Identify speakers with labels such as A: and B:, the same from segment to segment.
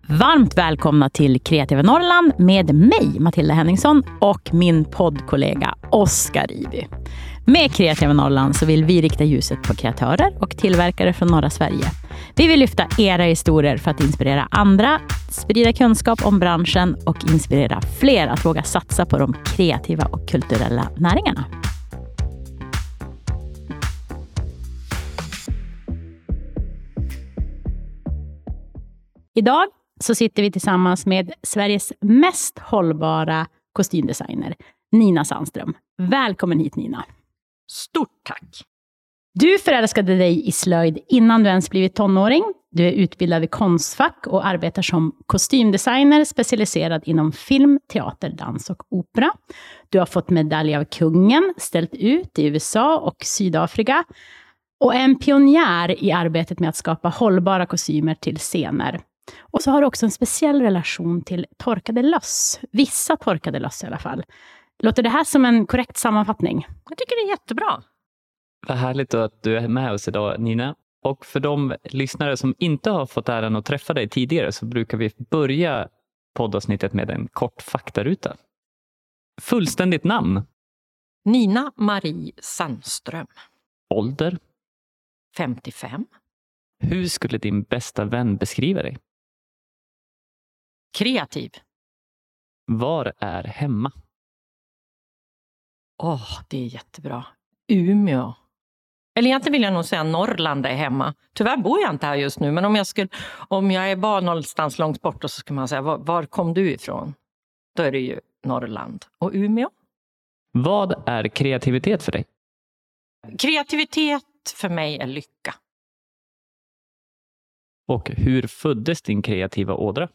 A: Varmt välkomna till Kreativa Norrland med mig, Matilda Henningsson, och min poddkollega Oskar Riby. Med Kreativa Norrland så vill vi rikta ljuset på kreatörer och tillverkare från norra Sverige. Vi vill lyfta era historier för att inspirera andra, sprida kunskap om branschen och inspirera fler att våga satsa på de kreativa och kulturella näringarna. Idag så sitter vi tillsammans med Sveriges mest hållbara kostymdesigner, Nina Sandström. Välkommen hit, Nina.
B: Stort tack!
A: Du förälskade dig i slöjd innan du ens blivit tonåring. Du är utbildad i Konstfack och arbetar som kostymdesigner specialiserad inom film, teater, dans och opera. Du har fått medalj av kungen, ställt ut i USA och Sydafrika och är en pionjär i arbetet med att skapa hållbara kostymer till scener. Och så har du också en speciell relation till torkade löss. Vissa torkade löss i alla fall. Låter det här som en korrekt sammanfattning?
B: Jag tycker det är jättebra.
C: Vad härligt att du är med oss idag, Nina. Och för de lyssnare som inte har fått äran att träffa dig tidigare så brukar vi börja poddavsnittet med en kort faktaruta. Fullständigt namn?
B: Nina Marie Sandström.
C: Ålder?
B: 55.
C: Hur skulle din bästa vän beskriva dig?
B: Kreativ.
C: Var är hemma?
B: Det är jättebra. Umeå. Eller egentligen vill jag nog säga Norrland är hemma. Tyvärr bor jag inte här just nu, men om jag är bara någonstans långt bort så skulle man säga, var kom du ifrån? Då är det ju Norrland. Och Umeå?
C: Vad är kreativitet för dig?
B: Kreativitet för mig är lycka.
C: Och hur föddes din kreativa ådra?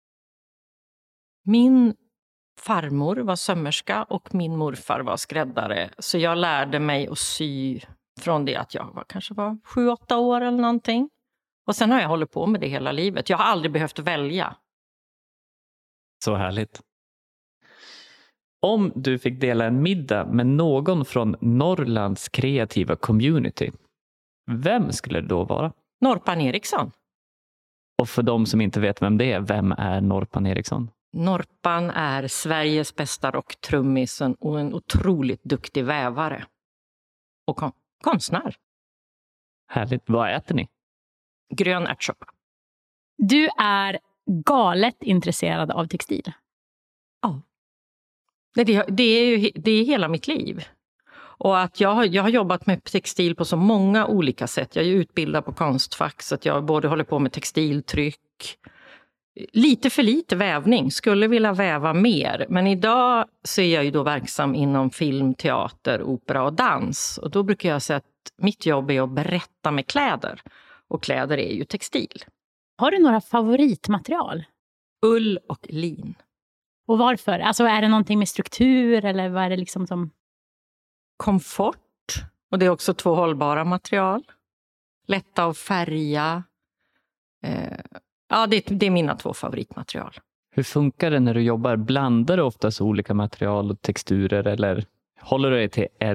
B: Min farmor var sömmerska och min morfar var skräddare. Så jag lärde mig att sy från det att jag kanske var 7-8 år eller någonting. Och sen har jag hållit på med det hela livet. Jag har aldrig behövt välja.
C: Så härligt. Om du fick dela en middag med någon från Norrlands kreativa community, vem skulle det då vara?
B: Norpan Eriksson.
C: Och för de som inte vet vem det är, vem är Norpan Eriksson?
B: Norpan är Sveriges bästa rocktrummis och en otroligt duktig vävare. Och konstnär.
C: Härligt. Vad äter ni?
B: Grön ärtsoppa.
A: Du är galet intresserad av textil.
B: Ja. Det är hela mitt liv. Och att jag har jobbat med textil på så många olika sätt. Jag är utbildad på Konstfack så att jag både håller på med textiltryck. Lite för lite vävning. Skulle vilja väva mer. Men idag så är jag ju då verksam inom film, teater, opera och dans. Och då brukar jag säga att mitt jobb är att berätta med kläder. Och kläder är ju textil.
A: Har du några favoritmaterial?
B: Ull och lin.
A: Och varför? Alltså är det någonting med struktur eller vad är det liksom som...
B: Komfort. Och det är också 2 hållbara material. Lätta att färga. Ja, det är mina 2 favoritmaterial.
C: Hur funkar det när du jobbar? Blandar du oftast olika material och texturer eller håller du dig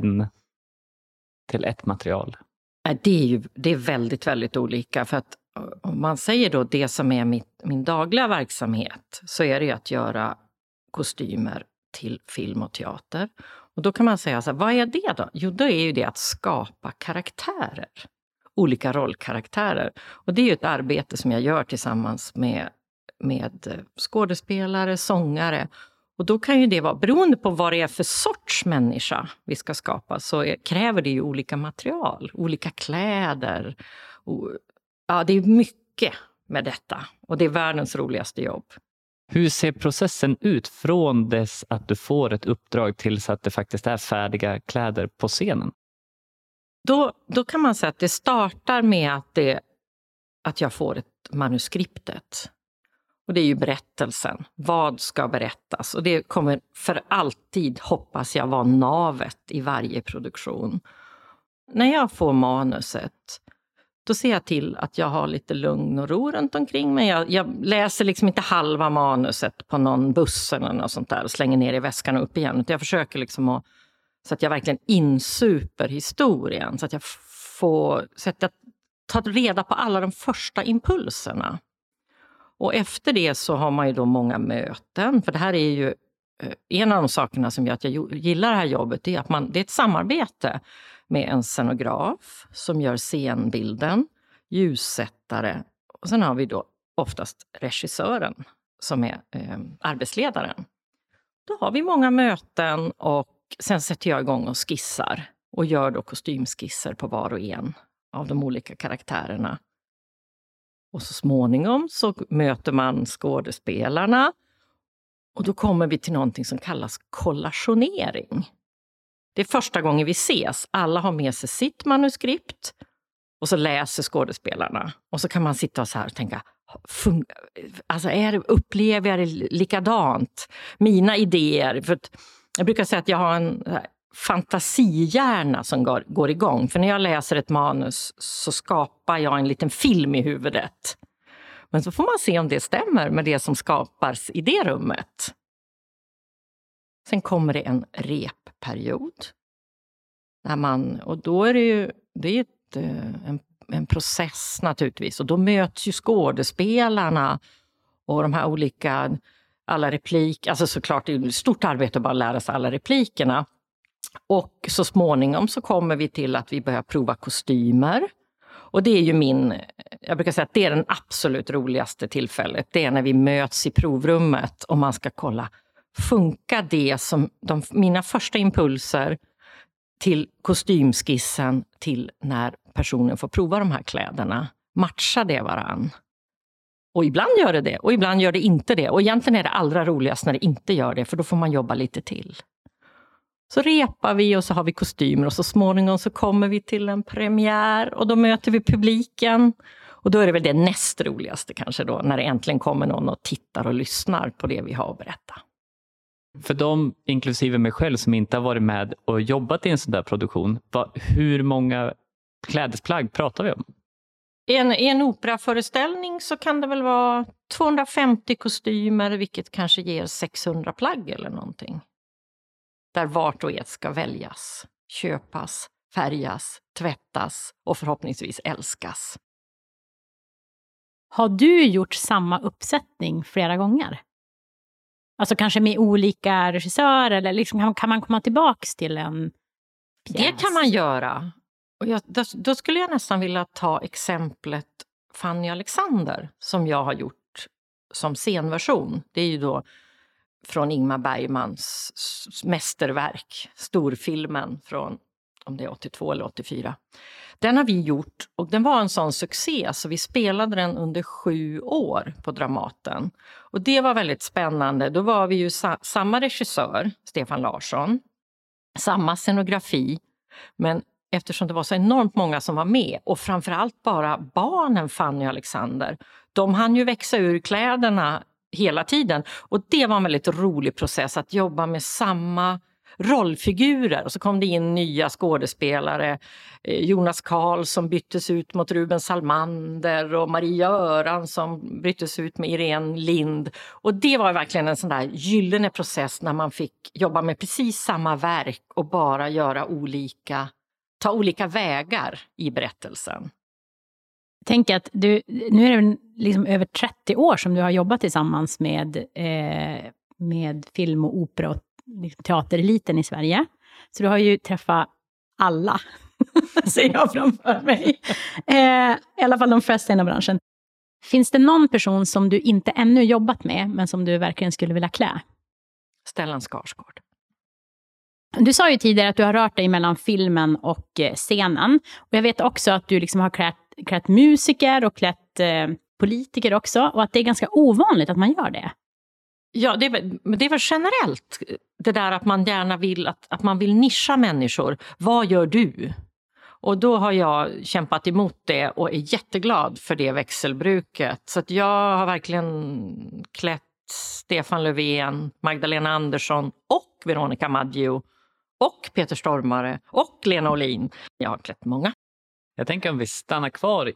C: till ett material?
B: Det är väldigt, väldigt olika. För att om man säger då det som är min dagliga verksamhet så är det att göra kostymer till film och teater. Och då kan man säga så här, vad är det då? Jo, då är ju det att skapa karaktärer. Olika rollkaraktärer. Och det är ju ett arbete som jag gör tillsammans med skådespelare, sångare. Och då kan ju det vara, beroende på vad det är för sorts människa vi ska skapa, så kräver det ju olika material, olika kläder. Ja, det är mycket med detta. Och det är världens roligaste jobb.
C: Hur ser processen ut från dess att du får ett uppdrag till så att det faktiskt är färdiga kläder på scenen?
B: Då kan man säga att det startar med att jag får manuskriptet. Och det är ju berättelsen. Vad ska berättas? Och det kommer för alltid, hoppas jag, vara navet i varje produktion. När jag får manuset, då ser jag till att jag har lite lugn och ro runt omkring mig. Jag läser liksom inte halva manuset på någon buss eller något sånt där och slänger ner i väskan och upp igen. Utan jag försöker liksom så att jag verkligen insuper historien. Så att jag tar reda på alla de första impulserna. Och efter det så har man ju då många möten. För det här är ju en av de sakerna som gör att jag gillar det här jobbet. Det är att det är ett samarbete med en scenograf som gör scenbilden, ljussättare. Och sen har vi då oftast regissören som är arbetsledaren. Då har vi många möten och sen sätter jag igång och skissar. Och gör då kostymskisser på var och en av de olika karaktärerna. Och så småningom så möter man skådespelarna. Och då kommer vi till någonting som kallas kollationering. Det är första gången vi ses. Alla har med sig sitt manuskript. Och så läser skådespelarna. Och så kan man sitta och så här och tänka, alltså upplever jag det likadant? Mina idéer. För att jag brukar säga att jag har en fantasihjärna som går igång. För när jag läser ett manus så skapar jag en liten film i huvudet. Men så får man se om det stämmer med det som skapas i det rummet. Sen kommer det en repperiod. Och då är det är en process naturligtvis. Och då möts ju skådespelarna och de här olika, alla repliker. Alltså såklart det är ett stort arbete att bara lära sig alla replikerna. Och så småningom så kommer vi till att vi börjar prova kostymer. Och det är ju jag brukar säga att det är den absolut roligaste tillfället. Det är när vi möts i provrummet och man ska kolla, funkar det som mina första impulser till kostymskissen till när personen får prova de här kläderna? Matchar det varann? Och ibland gör det och ibland gör det inte det. Och egentligen är det allra roligast när det inte gör det, för då får man jobba lite till. Så repar vi och så har vi kostymer och så småningom så kommer vi till en premiär och då möter vi publiken. Och då är det väl det näst roligaste kanske då, när det äntligen kommer någon och tittar och lyssnar på det vi har att berätta.
C: För de, inklusive mig själv, som inte har varit med och jobbat i en sån där produktion, hur många klädesplagg pratar vi om?
B: I en operaföreställning så kan det väl vara 250 kostymer, vilket kanske ger 600 plagg eller någonting. Där vart och ett ska väljas, köpas, färgas, tvättas och förhoppningsvis älskas.
A: Har du gjort samma uppsättning flera gånger? Alltså kanske med olika regissörer, eller liksom, kan man komma tillbaks till en pjäs?
B: Det kan man göra. Och då skulle jag nästan vilja ta exemplet Fanny Alexander som jag har gjort som scenversion. Det är ju då från Ingmar Bergmans mästerverk, storfilmen från, om det är 82 eller 84. Den har vi gjort och den var en sån succé så vi spelade den under 7 år på Dramaten. Och det var väldigt spännande. Då var vi ju samma regissör, Stefan Larsson, samma scenografi, men eftersom det var så enormt många som var med och framförallt bara barnen Fanny och Alexander, de hann ju växa ur kläderna hela tiden. Och det var en väldigt rolig process att jobba med samma rollfigurer. Och så kom det in nya skådespelare. Jonas Karl som byttes ut mot Ruben Salmander och Maria Göran som byttes ut med Irene Lind. Och det var verkligen en sån där gyllene process när man fick jobba med precis samma verk och bara göra ta olika vägar i berättelsen.
A: Tänk att nu är det liksom över 30 år som du har jobbat tillsammans med film och opera och teatereliten i Sverige. Så du har ju träffat alla, ser jag framför mig. I alla fall de flesta inom branschen. Finns det någon person som du inte ännu jobbat med, men som du verkligen skulle vilja klä?
B: Stellan Skarsgård.
A: Du sa ju tidigare att du har rört dig mellan filmen och scenen. Och jag vet också att du liksom har klätt musiker och klätt politiker också. Och att det är ganska ovanligt att man gör det.
B: Ja, det är väl generellt det där att man gärna vill att man vill nischa människor. Vad gör du? Och då har jag kämpat emot det och är jätteglad för det växelbruket. Så att jag har verkligen klätt Stefan Löfven, Magdalena Andersson och Veronica Maggio och Peter Stormare och Lena Olin. Jag har klätt många.
C: Jag tänker om vi stannar kvar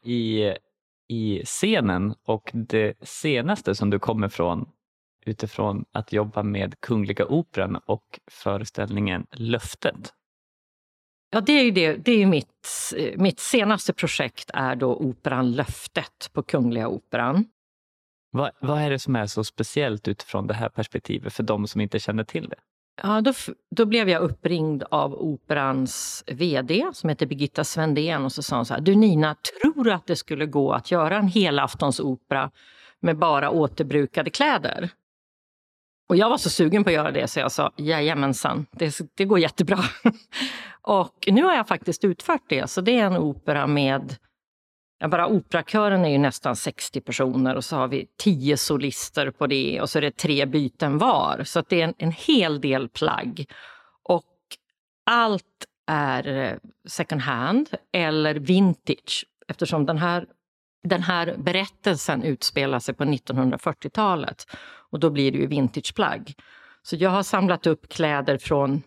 C: i scenen och det senaste som du kommer från utifrån att jobba med Kungliga Operan och föreställningen Löftet.
B: Ja, det är ju det är mitt senaste projekt är då operan Löftet på Kungliga Operan.
C: Vad är det som är så speciellt utifrån det här perspektivet för de som inte känner till det?
B: Ja, då blev jag uppringd av Operans vd som heter Birgitta Svendén och så sa hon så här: du Nina, tror du att det skulle gå att göra en helaftonsopera med bara återbrukade kläder? Och jag var så sugen på att göra det så jag sa jajamensan, det går jättebra. Och nu har jag faktiskt utfört det, så det är en opera med, bara operakören är ju nästan 60 personer och så har vi 10 solister på det och så är det 3 byten var. Så att det är en hel del plagg. Och allt är second hand eller vintage eftersom den här berättelsen utspelar sig på 1940-talet och då blir det ju vintageplagg. Så jag har samlat upp kläder från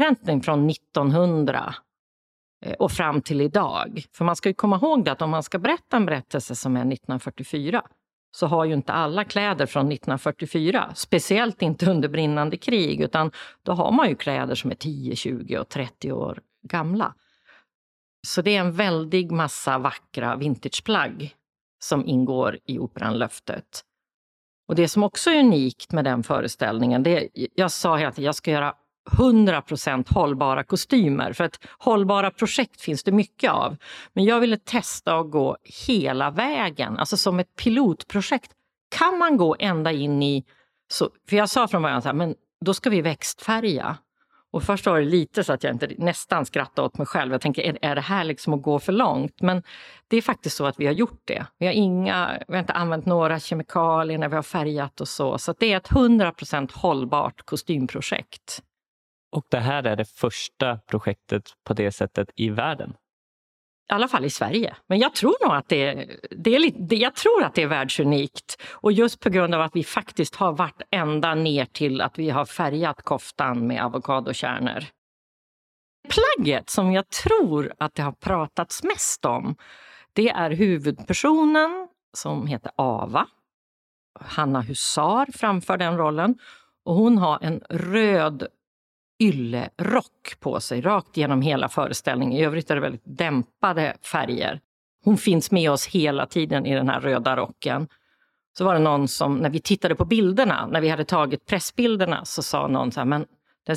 B: 1900 och fram till idag. För man ska ju komma ihåg det att om man ska berätta en berättelse som är 1944 så har ju inte alla kläder från 1944, speciellt inte under brinnande krig, utan då har man ju kläder som är 10, 20 och 30 år gamla. Så det är en väldig massa vackra vintageplagg som ingår i operan Löftet. Och det som också är unikt med den föreställningen, jag sa att jag ska göra 100% hållbara kostymer. För att hållbara projekt finns det mycket av. Men jag ville testa att gå hela vägen. Alltså som ett pilotprojekt. Kan man gå ända in i... för jag sa från början så här, men då ska vi växtfärga. Och först var det lite så att jag inte nästan skrattade åt mig själv. Jag tänker, är det här liksom att gå för långt? Men det är faktiskt så att vi har gjort det. Vi har inte använt några kemikalier när vi har färgat och så. Så att det är ett 100% hållbart kostymprojekt.
C: Och det här är det första projektet på det sättet i världen?
B: I alla fall i Sverige. Men jag tror nog att jag tror att det är världsunikt. Och just på grund av att vi faktiskt har varit ända ner till att vi har färgat koftan med avokadokärnor. Plagget som jag tror att det har pratats mest om, det är huvudpersonen som heter Ava. Hanna Husar framför den rollen. Och hon har en röd yllerock på sig rakt genom hela föreställningen. I övrigt är det väldigt dämpade färger. Hon finns med oss hela tiden i den här röda rocken. Så var det någon som, när vi tittade på bilderna, när vi hade tagit pressbilderna, så sa någon så här, men det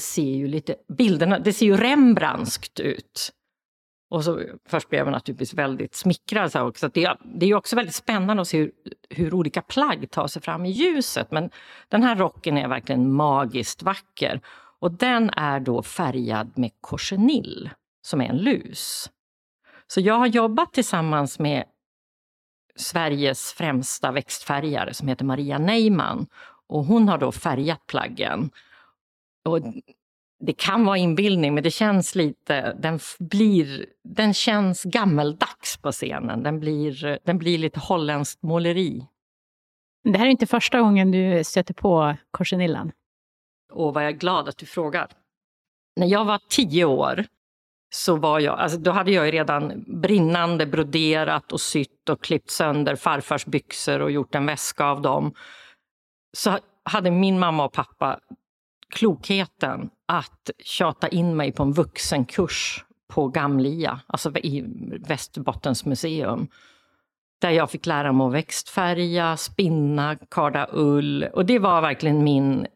B: ser ju Rembrandtskt ut. Och så först blev jag naturligtvis väldigt smickrad. Så också. Det är ju också väldigt spännande att se hur olika plagg tar sig fram i ljuset. Men den här rocken är verkligen magiskt vacker. Och den är då färgad med cochineal, som är en lus. Så jag har jobbat tillsammans med Sveriges främsta växtfärgare som heter Maria Neyman. Och hon har då färgat plaggen. Och det kan vara inbildning, men det känns lite, den känns gammeldags på scenen. Den blir lite holländskt måleri.
A: Det här är inte första gången du stöter på cochinealen.
B: Och vad jag är glad att du frågar. När jag var 10 år så då hade jag ju redan brinnande broderat och sytt och klippt sönder farfars byxor och gjort en väska av dem. Så hade min mamma och pappa klokheten att tjata in mig på en vuxenkurs på Gamlia, alltså i Västerbottens museum. Där jag fick lära mig att växtfärga, spinna, karda ull. Och det var verkligen min...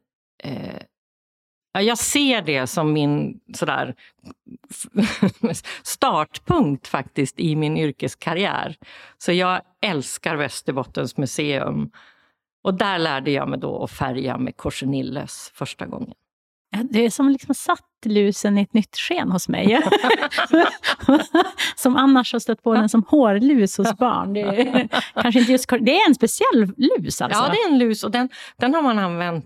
B: jag ser det som min sådär startpunkt faktiskt i min yrkeskarriär. Så jag älskar Västerbottens museum. Och där lärde jag mig då att färga med cochineales första gången.
A: Det är som liksom satt lusen i ett nytt sken hos mig. Som annars har stött på den som hårlus hos barn. Det är, kanske inte just, det är en speciell lus alltså.
B: Ja, det är en lus och den har man använt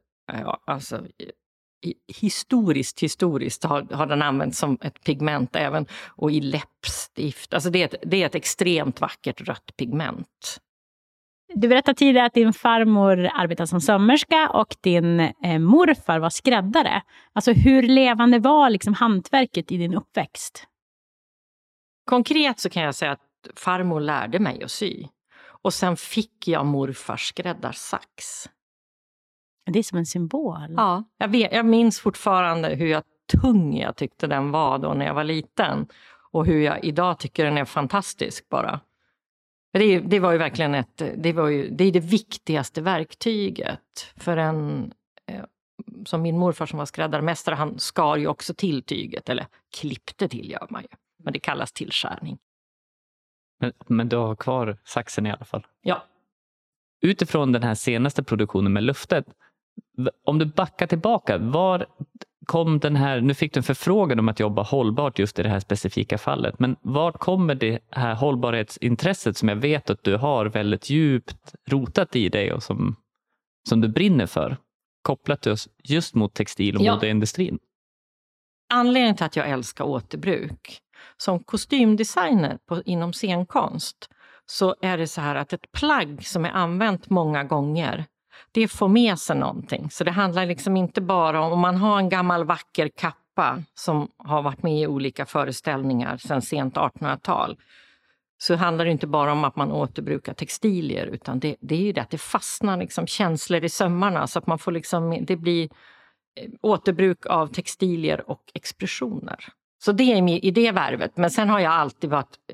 B: historiskt har den använts som ett pigment även och i läppstift. Alltså det är ett extremt vackert rött pigment.
A: Du berättade tidigare att din farmor arbetade som sömmerska och din morfar var skräddare. Alltså hur levande var liksom hantverket i din uppväxt?
B: Konkret så kan jag säga att farmor lärde mig att sy. Och sen fick jag morfars skräddarsax.
A: Det är som en symbol.
B: Ja, jag minns fortfarande hur tung jag tyckte den var då när jag var liten. Och hur jag idag tycker den är fantastisk bara. Det var ju verkligen det är det viktigaste verktyget för som min morfar som var skräddarmästare, han skar ju också till tyget, eller klippte till gör man ju, men det kallas tillskärning.
C: Men du har kvar saxen i alla fall?
B: Ja.
C: Utifrån den här senaste produktionen med luftet, om du backar tillbaka, var kom den här, nu fick du en förfrågan om att jobba hållbart just i det här specifika fallet, men var kommer det här hållbarhetsintresset som jag vet att du har väldigt djupt rotat i dig och som du brinner för, kopplat just mot textil- och modeindustrin?
B: Anledningen till att jag älskar återbruk, som kostymdesigner inom scenkonst, så är det så här att ett plagg som är använt många gånger, det får med sig någonting. Så det handlar liksom inte bara om man har en gammal vacker kappa som har varit med i olika föreställningar sedan sent 1800-tal. Så handlar det inte bara om att man återbrukar textilier, utan det är ju det att det fastnar liksom känslor i sömmarna, så att man får liksom, det blir återbruk av textilier och expressioner. Så det är i det värvet. Men sen har jag alltid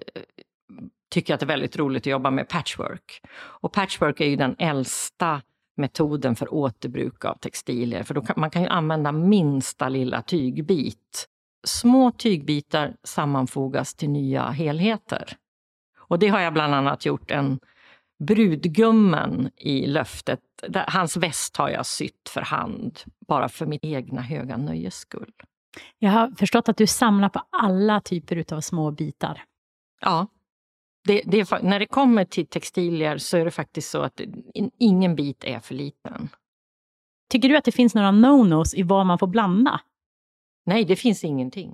B: tycker att det är väldigt roligt att jobba med patchwork. Och patchwork är ju den äldsta metoden för återbruk av textilier. För man kan ju använda minsta lilla tygbit. Små tygbitar sammanfogas till nya helheter. Och det har jag bland annat gjort en brudgummen i löftet. Hans väst har jag sytt för hand, bara för mitt egna höga nöjes skull.
A: Jag har förstått att du samlar på alla typer av små bitar.
B: Ja. När det kommer till textilier så är det faktiskt så att ingen bit är för liten.
A: Tycker du att det finns några no-nos i vad man får blanda?
B: Nej, det finns ingenting.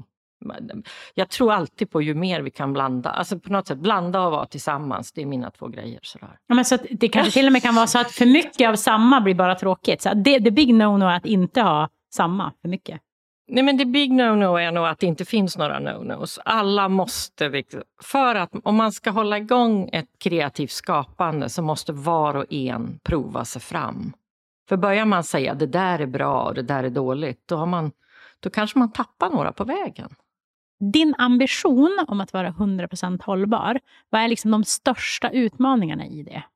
B: Jag tror alltid på ju mer vi kan blanda. Alltså på något sätt, blanda och vara tillsammans. Det är mina 2 grejer. Sådär.
A: Ja, men så att det kanske till och med kan vara så att för mycket av samma blir bara tråkigt. Så det big no-no är att inte ha samma för mycket.
B: Nej, men det big no-no är nog att det inte finns några no-nos. Alla måste, för att om man ska hålla igång ett kreativt skapande så måste var och en prova sig fram. För börjar man säga det där är bra och det där är dåligt, då kanske man tappar några på vägen.
A: Din ambition om att vara 100% hållbar, vad är liksom de största utmaningarna i det?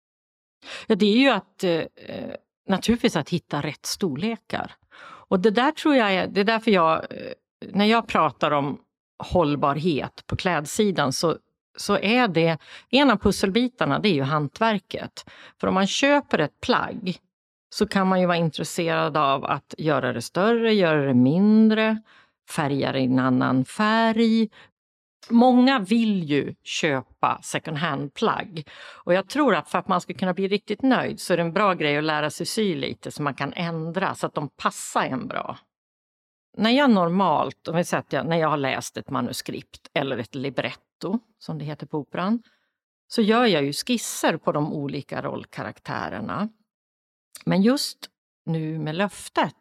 B: Ja, det är ju att naturligtvis att hitta rätt storlekar. Och det där tror jag det är därför när jag pratar om hållbarhet på klädsidan så är det, en av pusselbitarna, det är ju hantverket. För om man köper ett plagg så kan man ju vara intresserad av att göra det större, göra det mindre, färga det i en annan färg. Många vill ju köpa second hand-plagg. Och jag tror att för att man ska kunna bli riktigt nöjd så är det en bra grej att lära sig sy lite så man kan ändra så att de passar en bra. När jag normalt, om vi säger att när jag har läst ett manuskript eller ett libretto som det heter på operan, så gör jag ju skisser på de olika rollkaraktärerna. Men just nu med löftet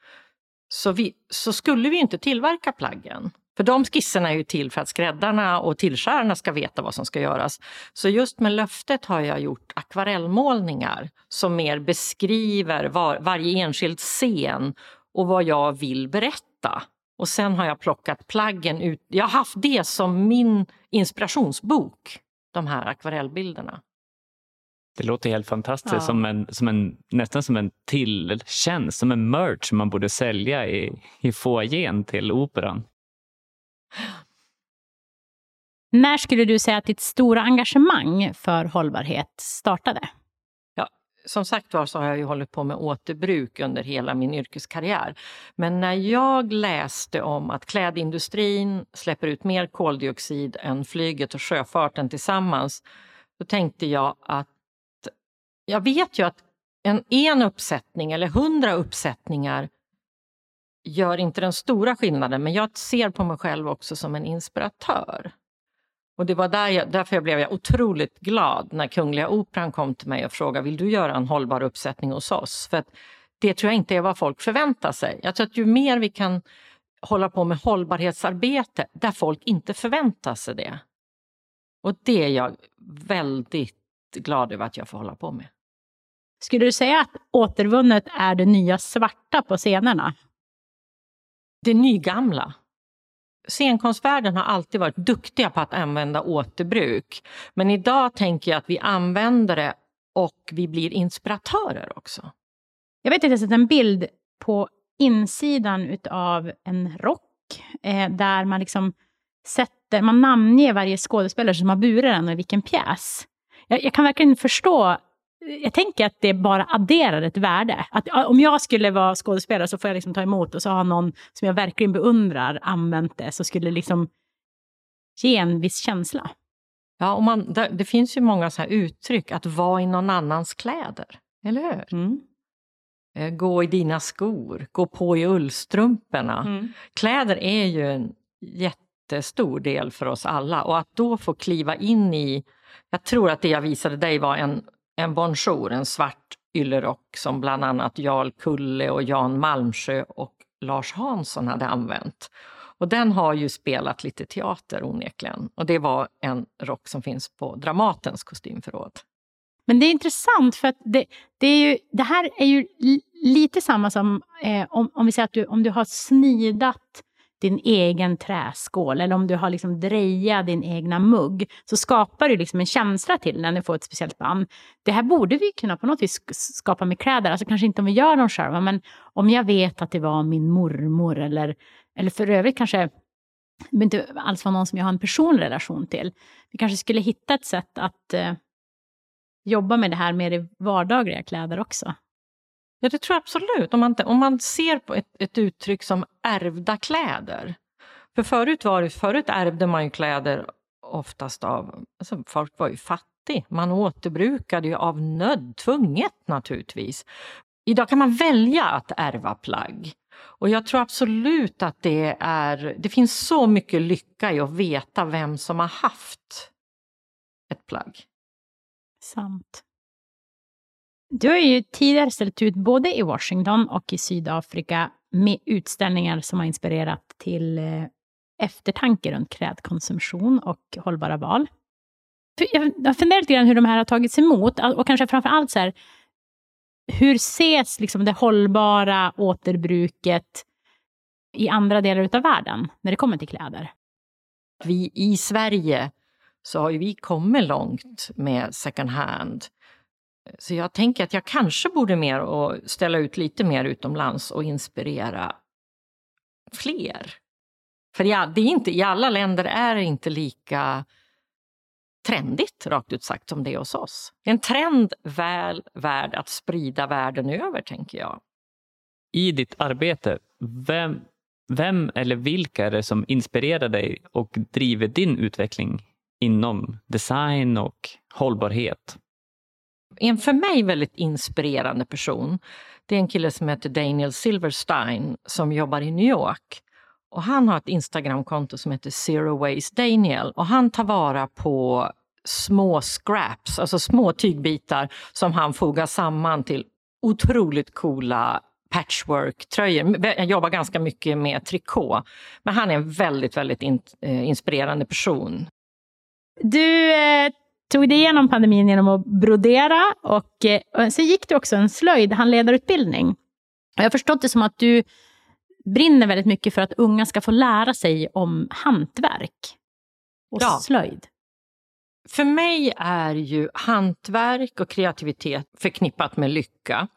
B: så skulle vi inte tillverka plaggen. För de skisserna är ju till för att skräddarna och tillskärarna ska veta vad som ska göras. Så just med löftet har jag gjort akvarellmålningar som mer beskriver varje enskild scen och vad jag vill berätta. Och sen har jag plockat plaggen ut. Jag har haft det som min inspirationsbok, de här akvarellbilderna.
C: Det låter helt fantastiskt, ja. Nästan som en tilltjänst, som en merch som man borde sälja i foajén till operan.
A: När skulle du säga att ditt stora engagemang för hållbarhet startade?
B: Ja, som sagt var så har jag ju hållit på med återbruk under hela min yrkeskarriär. Men när jag läste om att klädindustrin släpper ut mer koldioxid än flyget och sjöfarten tillsammans, då tänkte jag att jag vet ju att en uppsättning eller 100 uppsättningar gör inte den stora skillnaden, men jag ser på mig själv också som en inspiratör. Och det var därför blev jag otroligt glad när Kungliga Operan kom till mig och frågade, vill du göra en hållbar uppsättning hos oss? För att det tror jag inte är vad folk förväntar sig. Jag tror att ju mer vi kan hålla på med hållbarhetsarbete där folk inte förväntar sig det. Och det är jag väldigt glad över att jag får hålla på med.
A: Skulle du säga att återvunnet är det nya svarta på scenerna?
B: Det nygamla. scenkonstvärlden har alltid varit duktiga på att använda återbruk. Men idag tänker jag att vi använder det och vi blir inspiratörer också.
A: Jag vet att jag sett en bild på insidan av en rock där man liksom man namnger varje skådespelare som har burit den och i vilken pjäs. Jag kan verkligen förstå, jag tänker att det bara adderar ett värde. Att om jag skulle vara skådespelare så får jag liksom ta emot och så har någon som jag verkligen beundrar använt det, så skulle det liksom ge en viss känsla.
B: Ja, och det finns ju många så här uttryck, att vara i någon annans kläder, eller hur?
A: Mm.
B: Gå i dina skor, gå på i ullstrumporna.
A: Mm.
B: Kläder är ju en jättestor del för oss alla, och att då få kliva in i, jag tror att det jag visade dig var en bonjour, en svart yllerock som bland annat Jarl Kulle och Jan Malmsjö och Lars Hansson hade använt. Och den har ju spelat lite teater onekligen. Och det var en rock som finns på Dramatens kostymförråd.
A: Men det är intressant för att det här är ju lite samma som om vi säger att om du har snidat din egen träskål eller om du har liksom drejat din egna mugg, så skapar du liksom en känsla till när du får ett speciellt band. Det här borde vi kunna på något vis skapa med kläder, alltså kanske inte om vi gör dem själva, men om jag vet att det var min mormor eller för övrigt kanske det inte alls var någon som jag har en personlig relation till. Vi kanske skulle hitta ett sätt att jobba med det här med i vardagliga kläder också.
B: Ja, det tror jag absolut. Om man ser på ett uttryck som ärvda kläder. För förut ärvde man ju kläder oftast av, alltså folk var ju fattig. Man återbrukade ju av nöd, tvunget naturligtvis. Idag kan man välja att ärva plagg. Och jag tror absolut att det finns så mycket lycka i att veta vem som har haft ett plagg.
A: Sant. Du har ju tidigare ställt ut både i Washington och i Sydafrika med utställningar som har inspirerat till eftertanke runt klädkonsumtion och hållbara val. Jag funderar lite grann hur de här har tagits emot och kanske framförallt så här, hur ses liksom det hållbara återbruket i andra delar av världen när det kommer till kläder?
B: Vi i Sverige så har ju vi kommit långt med second hand. Så jag tänker att jag kanske borde mer och ställa ut lite mer utomlands och inspirera fler. För det är inte, i alla länder är det inte lika trendigt, rakt ut sagt, som det är hos oss. En trend väl värd att sprida världen över, tänker jag.
C: I ditt arbete, vem eller vilka är det som inspirerar dig och driver din utveckling inom design och hållbarhet?
B: En för mig väldigt inspirerande person, det är en kille som heter Daniel Silverstein som jobbar i New York. Och han har ett Instagramkonto som heter Zero Waste Daniel, och han tar vara på små scraps, alltså små tygbitar som han fogar samman till otroligt coola patchwork-tröjor. Jag jobbar ganska mycket med trikå, men han är en väldigt, väldigt inspirerande person.
A: Du tog dig igenom pandemin genom att brodera och så gick du också en slöjdhandledarutbildning. Jag har förstått det som att du brinner väldigt mycket för att unga ska få lära sig om hantverk och slöjd.
B: För mig är ju hantverk och kreativitet förknippat med lycka.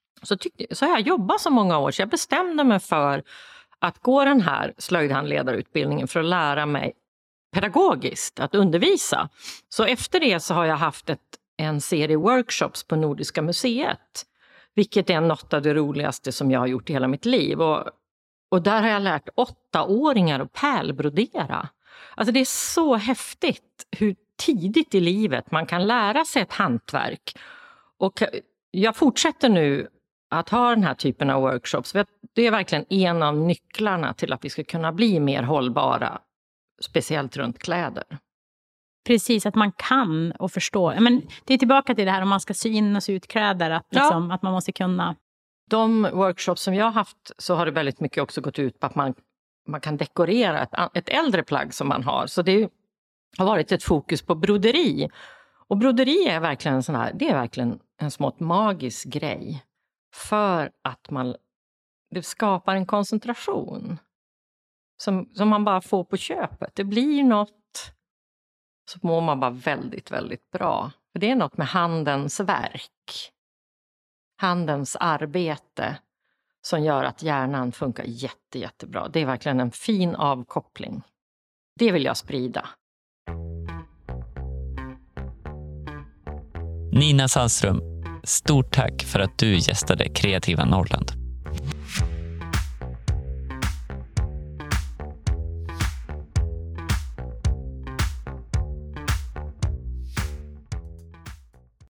B: Så har jag jobbat så många år, så jag bestämde mig för att gå den här slöjdhandledarutbildningen för att lära mig pedagogiskt att undervisa. Så efter det så har jag haft en serie workshops på Nordiska museet, vilket är något av det roligaste som jag har gjort i hela mitt liv. Och där har jag lärt 8-åringar att pärlbrodera. Alltså det är så häftigt hur tidigt i livet man kan lära sig ett hantverk. Och jag fortsätter nu att ha den här typen av workshops. Det är verkligen en av nycklarna till att vi ska kunna bli mer hållbara, speciellt runt kläder.
A: Precis, att man kan och förstår. Men det är tillbaka till det här om man ska sy in och sy ut kläder, att man måste kunna.
B: De workshops som jag har haft, så har det väldigt mycket också gått ut på att man kan dekorera ett äldre plagg som man har. Så det har varit ett fokus på broderi. Och broderi är verkligen det är verkligen en smått magisk grej. För att det skapar en koncentration. som man bara får på köpet. Det blir något, så mår man bara väldigt, väldigt bra. För det är något med handens verk, handens arbete som gör att hjärnan funkar jättebra. Det är verkligen en fin avkoppling. Det vill jag sprida.
C: Nina Sandström, stort tack för att du gästade Kreativa Norrland.